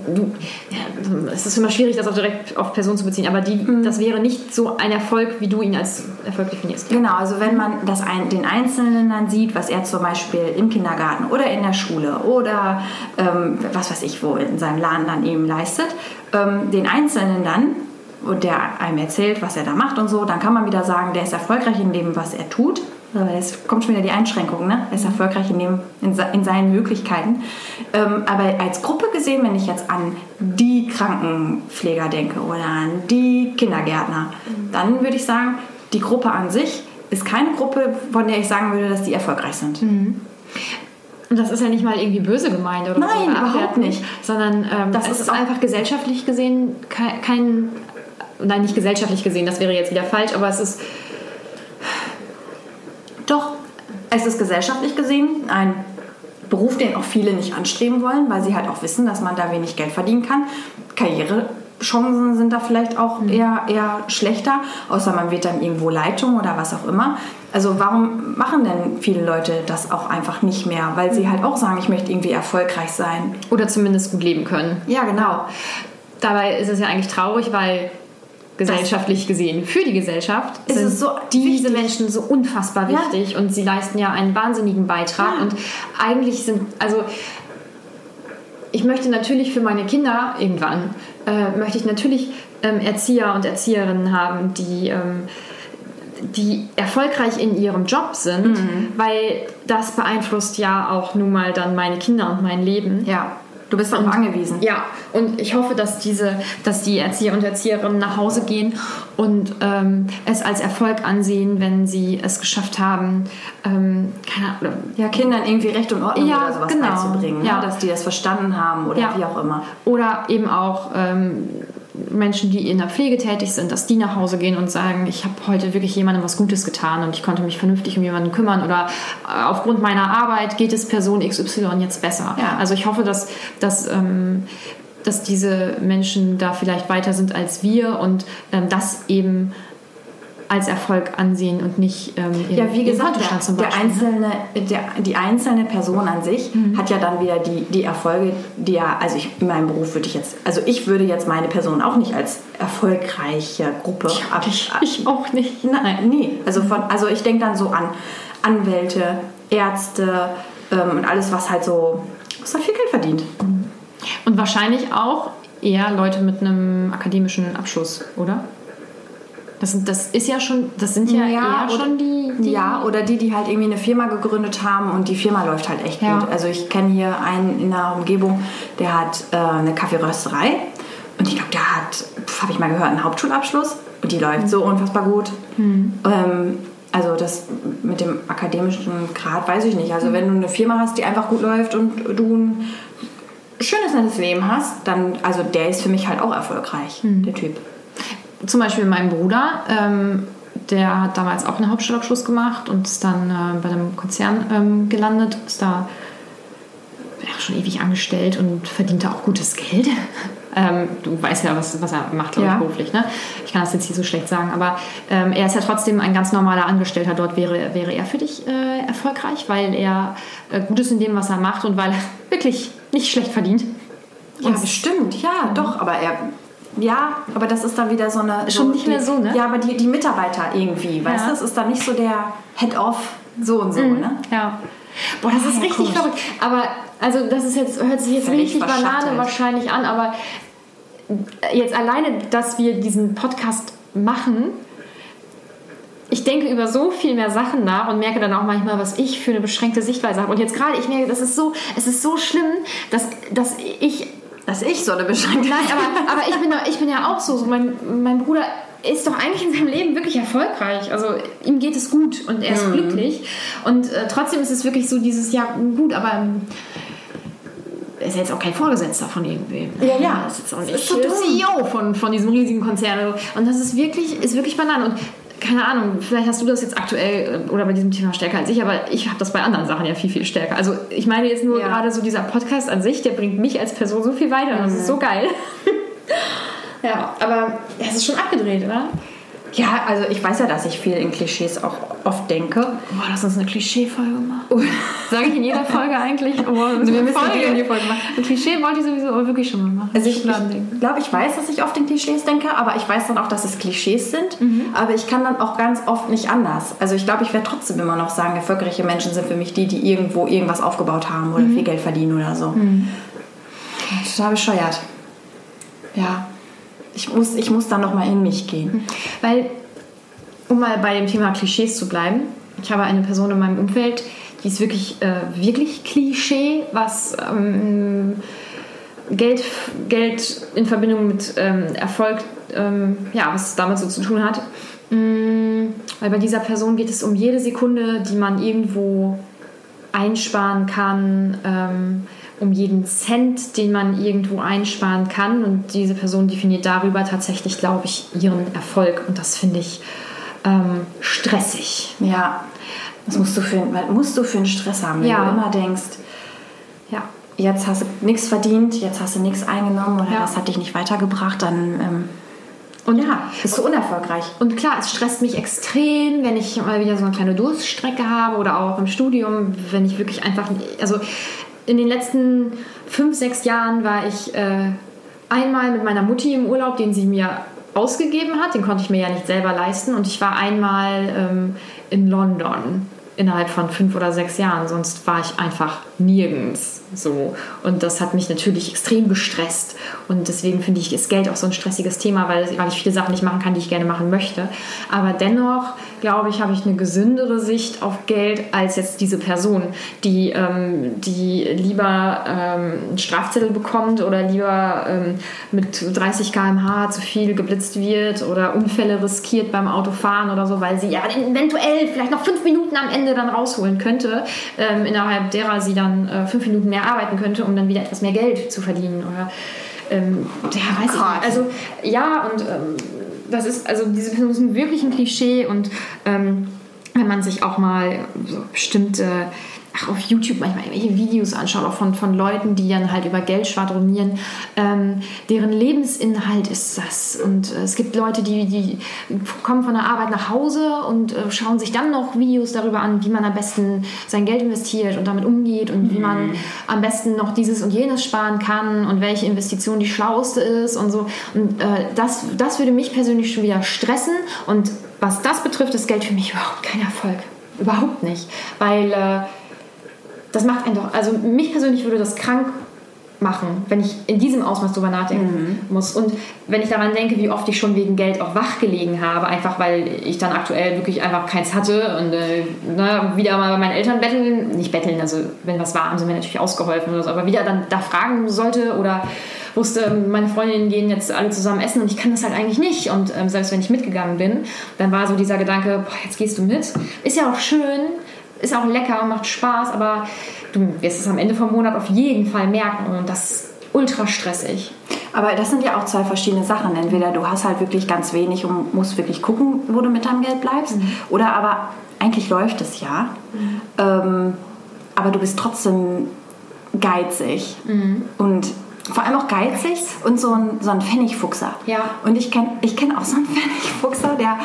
es ist immer schwierig, das auch direkt auf Person zu beziehen, aber das wäre nicht so ein Erfolg, wie du ihn als Erfolg definierst. Genau, also wenn man den Einzelnen dann sieht, was er zum Beispiel im Kindergarten oder in der Schule oder was weiß ich wo in seinem Laden dann eben leistet, den Einzelnen dann, und der einem erzählt, was er da macht und so, dann kann man wieder sagen, der ist erfolgreich in dem, was er tut. Es kommt schon wieder die Einschränkung, ne? Er ist erfolgreich in seinen Möglichkeiten. Aber als Gruppe gesehen, wenn ich jetzt an die Krankenpfleger denke oder an die Kindergärtner, dann würde ich sagen, die Gruppe an sich ist keine Gruppe, von der ich sagen würde, dass die erfolgreich sind. Und das ist ja nicht mal irgendwie böse gemeint oder Nein, so. Nein, überhaupt nicht. Sondern das ist einfach gesellschaftlich gesehen nein, nicht gesellschaftlich gesehen, das wäre jetzt wieder falsch, aber es ist... Doch, es ist gesellschaftlich gesehen ein Beruf, den auch viele nicht anstreben wollen, weil sie halt auch wissen, dass man da wenig Geld verdienen kann. Karriere Chancen sind da vielleicht auch eher schlechter, außer man wird dann irgendwo Leitung oder was auch immer. Also warum machen denn viele Leute das auch einfach nicht mehr? Weil sie halt auch sagen, ich möchte irgendwie erfolgreich sein. Oder zumindest gut leben können. Ja, genau. Dabei ist es ja eigentlich traurig, weil gesellschaftlich gesehen, für die Gesellschaft ist sind es so diese wichtig. Menschen so unfassbar wichtig und sie leisten ja einen wahnsinnigen Beitrag. Und eigentlich ich möchte natürlich für meine Kinder irgendwann, möchte ich natürlich Erzieher und Erzieherinnen haben, die erfolgreich in ihrem Job sind, weil das beeinflusst ja auch nun mal dann meine Kinder und mein Leben. Ja, du bist darauf angewiesen. Ja, und ich hoffe, dass die Erzieher und Erzieherinnen nach Hause gehen und es als Erfolg ansehen, wenn sie es geschafft haben, Kindern irgendwie Recht und Ordnung oder sowas beizubringen. Ja. Dass die das verstanden haben oder wie auch immer. Oder eben auch Menschen, die in der Pflege tätig sind, dass die nach Hause gehen und sagen, ich habe heute wirklich jemandem was Gutes getan und ich konnte mich vernünftig um jemanden kümmern oder aufgrund meiner Arbeit geht es Person XY jetzt besser. Ja. Also ich hoffe, dass diese Menschen da vielleicht weiter sind als wir und das eben als Erfolg ansehen und nicht wie gesagt, Kontostand zum Beispiel. Die einzelne Person an sich hat ja dann wieder die Erfolge, die in meinem Beruf ich würde jetzt meine Person auch nicht als erfolgreiche Gruppe Ich auch nicht. Nein, nee. Also ich denke dann so an Anwälte, Ärzte und alles, was halt viel Geld verdient. Und wahrscheinlich auch eher Leute mit einem akademischen Abschluss, oder? Das sind ja schon die... Ja, oder die halt irgendwie eine Firma gegründet haben und die Firma läuft halt echt gut. Also ich kenne hier einen in der Umgebung, der hat eine Kaffeerösterei und ich glaube, der hat, habe ich mal gehört, einen Hauptschulabschluss und die läuft so unfassbar gut. Also das mit dem akademischen Grad weiß ich nicht. Also wenn du eine Firma hast, die einfach gut läuft und du ein schönes, nettes Leben hast, dann, also der ist für mich halt auch erfolgreich, der Typ. Zum Beispiel mein Bruder, der hat damals auch einen Hauptschulabschluss gemacht und ist dann bei einem Konzern gelandet, ist da schon ewig angestellt und verdient da auch gutes Geld. Du weißt ja, was er macht, glaube ich, beruflich. Ne? Ich kann das jetzt hier so schlecht sagen, aber er ist ja trotzdem ein ganz normaler Angestellter. Dort wäre er für dich erfolgreich, weil er gut ist in dem, was er macht und weil er wirklich nicht schlecht verdient. Ja, bestimmt, ja, doch, aber aber das ist dann wieder so eine... Schon nicht mehr so, ne? Ja, aber die Mitarbeiter irgendwie, weißt du? Das ist dann nicht so der Head-Off so und so, ne? Ja. Boah, das ist richtig verrückt. Aber, also das ist hört sich jetzt richtig Banane wahrscheinlich an, aber jetzt alleine, dass wir diesen Podcast machen, ich denke über so viel mehr Sachen nach und merke dann auch manchmal, was ich für eine beschränkte Sichtweise habe. Und jetzt gerade, ich merke, es ist so schlimm, dass ich so eine beschränkte... Nein, aber ich bin ja auch so. Mein Bruder ist doch eigentlich in seinem Leben wirklich erfolgreich. Also ihm geht es gut und er ist glücklich. Und trotzdem ist es wirklich so dieses, ja gut, aber er ist ja jetzt auch kein Vorgesetzter von irgendwem. Ja. Er ist jetzt auch nicht CEO von diesem riesigen Konzern. Und das ist wirklich Bananen. Und keine Ahnung, vielleicht hast du das jetzt aktuell oder bei diesem Thema stärker als ich, aber ich habe das bei anderen Sachen ja viel, viel stärker. Also ich meine jetzt nur gerade so dieser Podcast an sich, der bringt mich als Person so viel weiter und das ist so geil. Ja, aber es ist schon abgedreht, oder? Ja, also ich weiß ja, dass ich viel in Klischees auch oft denke. Boah, lass uns eine Klischee-Folge machen. Sage ich in jeder Folge eigentlich. Oh, wir müssen die Folge machen. Ein Klischee wollte ich sowieso aber wirklich schon mal machen. Also ich glaube, ich weiß, dass ich oft in Klischees denke, aber ich weiß dann auch, dass es Klischees sind. Aber ich kann dann auch ganz oft nicht anders. Also ich glaube, ich werde trotzdem immer noch sagen, erfolgreiche Menschen sind für mich die irgendwo irgendwas aufgebaut haben oder viel Geld verdienen oder so. Total bescheuert. Ja. Ich muss dann nochmal in mich gehen. Weil, um mal bei dem Thema Klischees zu bleiben, ich habe eine Person in meinem Umfeld, die ist wirklich Klischee, was Geld in Verbindung mit Erfolg, was damit so zu tun hat. Weil bei dieser Person geht es um jede Sekunde, die man irgendwo einsparen kann, um jeden Cent, den man irgendwo einsparen kann. Und diese Person definiert darüber tatsächlich, glaube ich, ihren Erfolg. Und das finde ich stressig. Ja, was musst du für einen Stress haben, wenn du immer denkst... Ja, jetzt hast du nichts verdient, jetzt hast du nichts eingenommen oder das hat dich nicht weitergebracht, dann bist du unerfolgreich. Und klar, es stresst mich extrem, wenn ich mal wieder so eine kleine Durststrecke habe oder auch im Studium, wenn ich wirklich einfach, also in den letzten 5-6 Jahren war ich einmal mit meiner Mutti im Urlaub, den sie mir ausgegeben hat, den konnte ich mir ja nicht selber leisten, und ich war einmal in London innerhalb von 5 oder 6 Jahren, sonst war ich einfach nirgends so, und das hat mich natürlich extrem gestresst, und deswegen finde ich, ist Geld auch so ein stressiges Thema, weil ich viele Sachen nicht machen kann, die ich gerne machen möchte, aber dennoch glaube ich, habe ich eine gesündere Sicht auf Geld als jetzt diese Person, die lieber einen Strafzettel bekommt oder lieber mit 30 km/h zu viel geblitzt wird oder Unfälle riskiert beim Autofahren oder so, weil sie ja eventuell vielleicht noch 5 Minuten am Ende dann rausholen könnte, innerhalb derer sie dann 5 Minuten mehr arbeiten könnte, um dann wieder etwas mehr Geld zu verdienen. Oder weiß ich nicht. Also ja, und das ist, also diese Personen sind wirklich ein Klischee, und wenn man sich auch mal so bestimmte auf YouTube manchmal irgendwelche Videos anschaut, auch von Leuten, die dann halt über Geld schwadronieren, deren Lebensinhalt ist das. Und es gibt Leute, die kommen von der Arbeit nach Hause und schauen sich dann noch Videos darüber an, wie man am besten sein Geld investiert und damit umgeht und wie man am besten noch dieses und jenes sparen kann und welche Investition die schlauste ist und so. Und das würde mich persönlich schon wieder stressen, und was das betrifft, ist Geld für mich überhaupt kein Erfolg. Überhaupt nicht. Weil das macht einen doch, also mich persönlich würde das krank machen, wenn ich in diesem Ausmaß drüber nachdenken muss. Und wenn ich daran denke, wie oft ich schon wegen Geld auch wach gelegen habe, einfach weil ich dann aktuell wirklich einfach keins hatte und wieder mal bei meinen Eltern nicht betteln, also wenn was war, haben sie mir natürlich ausgeholfen oder so, aber wieder dann da fragen sollte oder wusste, meine Freundinnen gehen jetzt alle zusammen essen und ich kann das halt eigentlich nicht, und selbst wenn ich mitgegangen bin, dann war so dieser Gedanke, boah, jetzt gehst du mit. Ist ja auch schön, ist auch lecker und macht Spaß, aber du wirst es am Ende vom Monat auf jeden Fall merken, und das ist ultra stressig. Aber das sind ja auch 2 verschiedene Sachen. Entweder du hast halt wirklich ganz wenig und musst wirklich gucken, wo du mit deinem Geld bleibst, oder aber eigentlich läuft es ja, aber du bist trotzdem geizig und vor allem auch geizig und so ein Pfennigfuchser. Ja. Und ich kenn auch so einen Pfennigfuchser, der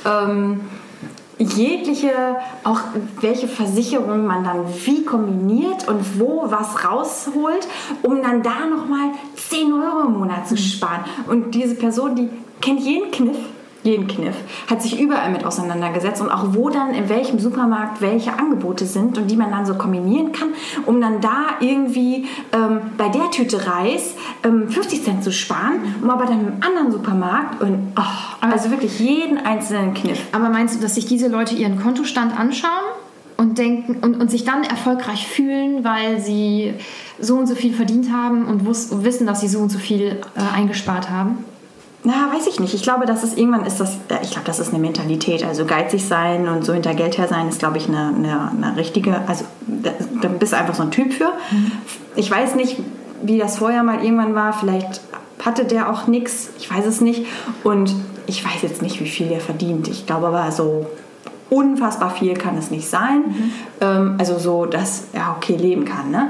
jegliche, auch welche Versicherung man dann wie kombiniert und wo was rausholt, um dann da nochmal 10 € im Monat zu sparen. Und diese Person, die kennt jeden Kniff, hat sich überall mit auseinandergesetzt und auch wo dann in welchem Supermarkt welche Angebote sind und die man dann so kombinieren kann, um dann da irgendwie bei der Tüte Reis 50 Cent zu sparen, um aber dann im anderen Supermarkt also wirklich jeden einzelnen Kniff. Aber meinst du, dass sich diese Leute ihren Kontostand anschauen und denken und sich dann erfolgreich fühlen, weil sie so und so viel verdient haben und wissen, dass sie so und so viel eingespart haben? Na, weiß ich nicht. Ich glaube, das ist eine Mentalität. Also geizig sein und so hinter Geld her sein ist, glaube ich, eine richtige, also da bist du einfach so ein Typ für. Ich weiß nicht, wie das vorher mal irgendwann war. Vielleicht hatte der auch nichts. Ich weiß es nicht. Und ich weiß jetzt nicht, wie viel der verdient. Ich glaube aber, so unfassbar viel kann es nicht sein. Also so, dass er okay leben kann. Ne?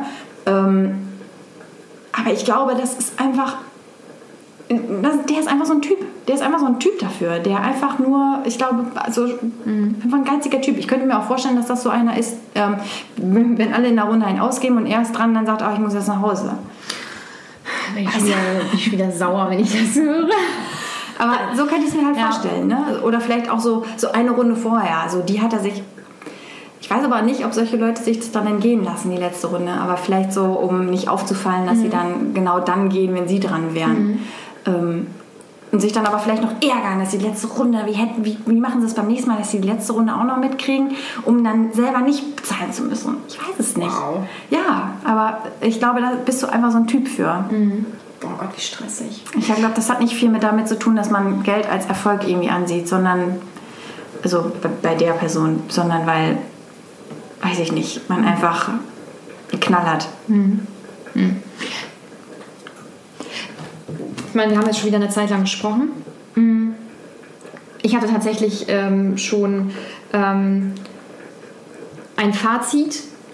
Aber ich glaube, das ist einfach... Der ist einfach so ein Typ. Der ist einfach so ein Typ dafür. Der einfach nur, ich glaube, also einfach ein geiziger Typ. Ich könnte mir auch vorstellen, dass das so einer ist, wenn alle in der Runde einen ausgeben und er ist dran, dann sagt, ich muss jetzt nach Hause. Bin ich wieder sauer, wenn ich das höre. Aber so könnte ich es mir halt vorstellen. Ne? Oder vielleicht auch so eine Runde vorher. Also die hat er sich... Ich weiß aber nicht, ob solche Leute sich das dann entgehen lassen, die letzte Runde. Aber vielleicht so, um nicht aufzufallen, dass sie dann genau dann gehen, wenn sie dran wären. Und sich dann aber vielleicht noch ärgern, dass die letzte Runde, wie machen sie es beim nächsten Mal, dass sie die letzte Runde auch noch mitkriegen, um dann selber nicht bezahlen zu müssen. Ich weiß es nicht. Wow. Ja, aber ich glaube, da bist du einfach so ein Typ für. Boah Gott, wie stressig. Ich glaube, das hat nicht viel damit zu tun, dass man Geld als Erfolg irgendwie ansieht, sondern, also bei der Person, sondern weil, weiß ich nicht, man einfach einen Knall hat. Ich meine, wir haben jetzt schon wieder eine Zeit lang gesprochen. Ich hatte tatsächlich schon ein Fazit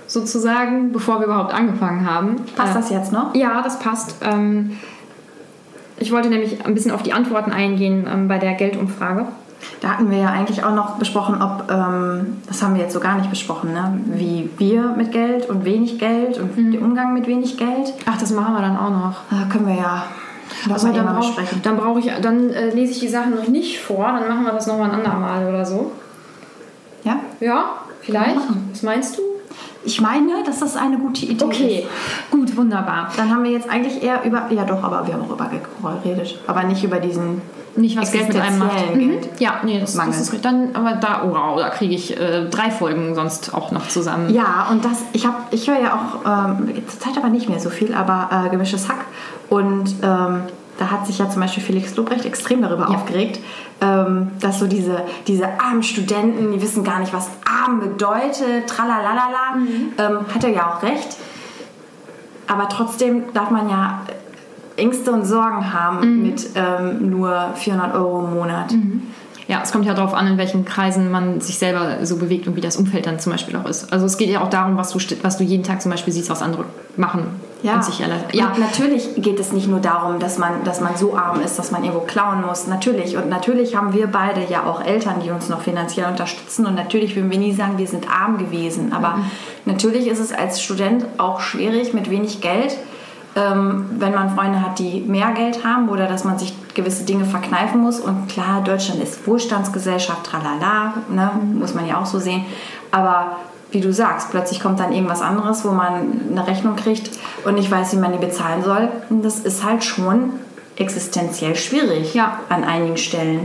sozusagen, bevor wir überhaupt angefangen haben. Passt das jetzt noch? Ja, das passt. Ich wollte nämlich ein bisschen auf die Antworten eingehen bei der Geldumfrage. Da hatten wir ja eigentlich auch noch besprochen, ob, das haben wir jetzt so gar nicht besprochen, ne? Wie wir mit Geld und wenig Geld und der Umgang mit wenig Geld. Ach, das machen wir dann auch noch. Da können wir ja also dann lese ich die Sachen noch nicht vor, dann machen wir das nochmal ein andermal oder so. Ja? Ja, vielleicht. Was meinst du? Ich meine, dass das eine gute Idee ist. Okay, gut, wunderbar. Dann haben wir jetzt eigentlich eher über... Ja doch, aber wir haben auch über Geld geredet. Aber nicht über diesen... Nicht, was Geld mit einem macht. Geld. Ja, nee, das ist richtig. Dann, aber da kriege ich 3 Folgen sonst auch noch zusammen. Ja, und ich höre ja auch, zurzeit aber nicht mehr so viel, aber Gemischtes Hack. Und da hat sich ja zum Beispiel Felix Lobrecht extrem darüber aufgeregt, dass so diese armen Studenten, die wissen gar nicht, was arm bedeutet, tralalala, hat er ja auch recht. Aber trotzdem darf man ja Ängste und Sorgen haben mit nur 400 € im Monat. Ja, es kommt ja darauf an, in welchen Kreisen man sich selber so bewegt und wie das Umfeld dann zum Beispiel auch ist. Also es geht ja auch darum, was du jeden Tag zum Beispiel siehst, was andere machen. Ja, und sich und natürlich geht es nicht nur darum, dass man so arm ist, dass man irgendwo klauen muss. Natürlich. Und natürlich haben wir beide ja auch Eltern, die uns noch finanziell unterstützen. Und natürlich würden wir nie sagen, wir sind arm gewesen. Aber natürlich ist es als Student auch schwierig mit wenig Geld, wenn man Freunde hat, die mehr Geld haben oder dass man sich gewisse Dinge verkneifen muss. Und klar, Deutschland ist Wohlstandsgesellschaft, tralala, ne? Muss man ja auch so sehen. Aber wie du sagst, plötzlich kommt dann irgendwas anderes, wo man eine Rechnung kriegt und nicht weiß, wie man die bezahlen soll. Und das ist halt schon existenziell schwierig an einigen Stellen.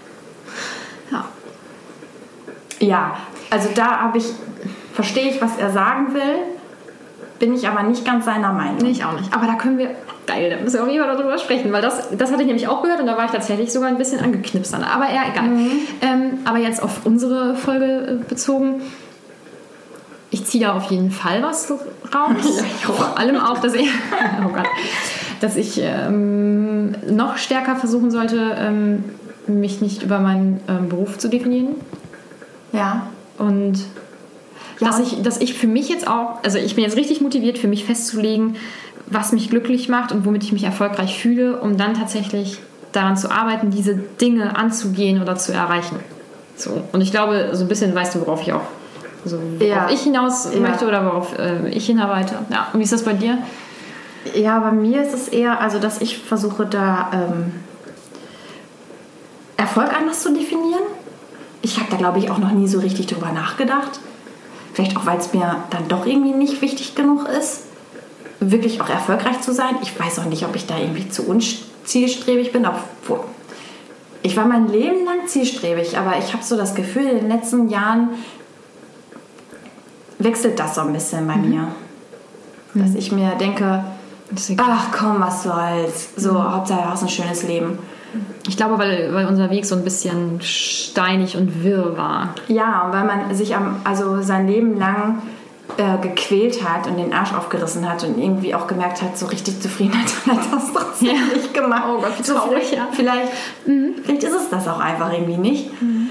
Ja, also da verstehe ich, was er sagen will, bin ich aber nicht ganz seiner Meinung. Nee, ich auch nicht. Aber da können wir, geil, da müssen wir auch immer darüber sprechen, weil das hatte ich nämlich auch gehört und da war ich tatsächlich sogar ein bisschen angeknipst an. Aber ja, egal. Aber jetzt auf unsere Folge bezogen, ich ziehe da auf jeden Fall was raus. Vor allem auch, dass ich noch stärker versuchen sollte, mich nicht über meinen Beruf zu definieren. Ja. Und dass ich für mich jetzt auch, also ich bin jetzt richtig motiviert, für mich festzulegen, was mich glücklich macht und womit ich mich erfolgreich fühle, um dann tatsächlich daran zu arbeiten, diese Dinge anzugehen oder zu erreichen. So. Und ich glaube, so ein bisschen weißt du, worauf ich auch worauf ich hinaus möchte oder worauf ich hinarbeite. Ja. Und wie ist das bei dir? Ja, bei mir ist es eher, also dass ich versuche, da Erfolg anders zu definieren. Ich habe da, glaube ich, auch noch nie so richtig drüber nachgedacht. Vielleicht auch, weil es mir dann doch irgendwie nicht wichtig genug ist, wirklich auch erfolgreich zu sein. Ich weiß auch nicht, ob ich da irgendwie zu unzielstrebig bin. Ich war mein Leben lang zielstrebig, aber ich habe so das Gefühl, in den letzten Jahren wechselt das so ein bisschen bei mir. Dass ich mir denke, ach komm, was soll's. So, Hauptsache du hast ein schönes Leben. Ich glaube, weil unser Weg so ein bisschen steinig und wirr war. Ja, und weil man sich sein Leben lang gequält hat und den Arsch aufgerissen hat und irgendwie auch gemerkt hat, so richtig zufrieden hat das trotzdem nicht gemacht. Oh Gott, wie traurig, so, vielleicht ist es das auch einfach irgendwie nicht.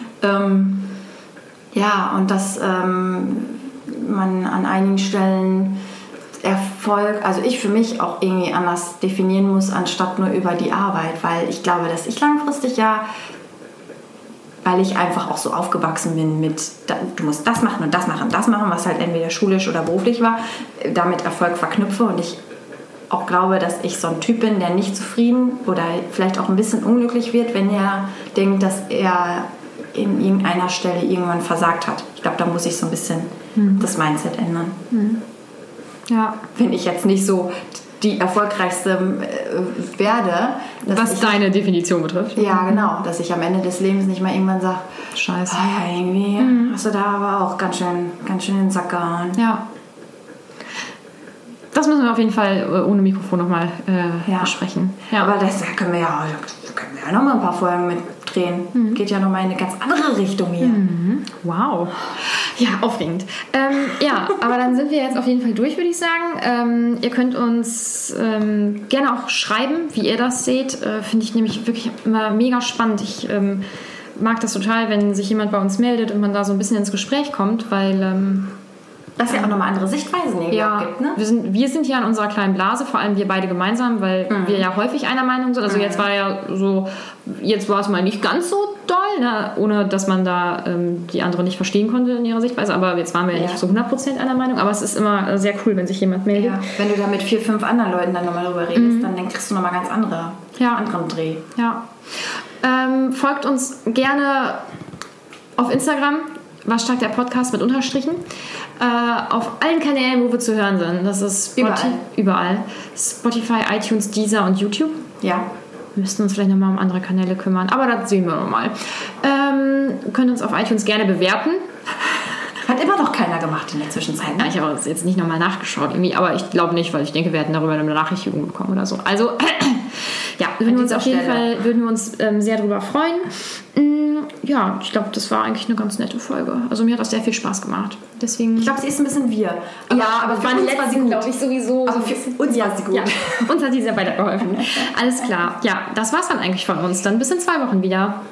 Ja, und dass man an einigen Stellen Erfolg, also ich für mich auch irgendwie anders definieren muss, anstatt nur über die Arbeit, weil ich glaube, dass ich langfristig weil ich einfach auch so aufgewachsen bin mit, du musst das machen und das machen und das machen, was halt entweder schulisch oder beruflich war, damit Erfolg verknüpfe und ich auch glaube, dass ich so ein Typ bin, der nicht zufrieden oder vielleicht auch ein bisschen unglücklich wird, wenn er denkt, dass er in irgendeiner Stelle irgendwann versagt hat. Ich glaube, da muss ich so ein bisschen das Mindset ändern. Ja. Wenn ich jetzt nicht so die erfolgreichste werde. Was deine Definition betrifft. Ja, genau. Dass ich am Ende des Lebens nicht mal irgendwann sage, Scheiße. Ja, irgendwie hast du da aber auch ganz schön in den Sack gehauen. Ja. Das müssen wir auf jeden Fall ohne Mikrofon nochmal besprechen. Ja. Aber da können wir ja noch mal ein paar Folgen mit drehen. Geht ja noch mal in eine ganz andere Richtung hier. Wow. Ja, aufregend. Aber dann sind wir jetzt auf jeden Fall durch, würde ich sagen. Ihr könnt uns gerne auch schreiben, wie ihr das seht. Finde ich nämlich wirklich immer mega spannend. Ich mag das total, wenn sich jemand bei uns meldet und man da so ein bisschen ins Gespräch kommt, weil dass ja auch nochmal andere Sichtweisen hier gibt. Ne? Wir sind ja in unserer kleinen Blase, vor allem wir beide gemeinsam, weil wir ja häufig einer Meinung sind. Also jetzt war es mal nicht ganz so doll, ne? Ohne dass man da die andere nicht verstehen konnte in ihrer Sichtweise, aber jetzt waren wir ja nicht so 100% einer Meinung, aber es ist immer sehr cool, wenn sich jemand meldet. Ja. Wenn du da mit 4, 5 anderen Leuten dann nochmal drüber redest, dann kriegst du nochmal ganz anderen Dreh. Ja. Folgt uns gerne auf Instagram, Waschtag der Podcast mit Unterstrichen. Auf allen Kanälen, wo wir zu hören sind. Das ist überall. Spotify, iTunes, Deezer und YouTube. Ja. Wir müssten uns vielleicht nochmal um andere Kanäle kümmern, aber das sehen wir nochmal. Können uns auf iTunes gerne bewerten. Hat immer noch keiner gemacht in der Zwischenzeit. Ne? Ja, ich habe jetzt nicht nochmal nachgeschaut, irgendwie, aber ich glaube nicht, weil ich denke, wir hätten darüber eine Benachrichtigung bekommen oder so. Also, ja, würden wir uns sehr darüber freuen. Ja, ich glaube, das war eigentlich eine ganz nette Folge. Also mir hat das sehr viel Spaß gemacht. Deswegen. Ich glaube, sie ist ein bisschen wir. Aber für uns war sie gut, glaube ich, sowieso. Aber für uns war sie gut. Ja, uns hat sie sehr weitergeholfen. Alles klar. Ja, das war's dann eigentlich von uns. Dann bis in 2 Wochen wieder.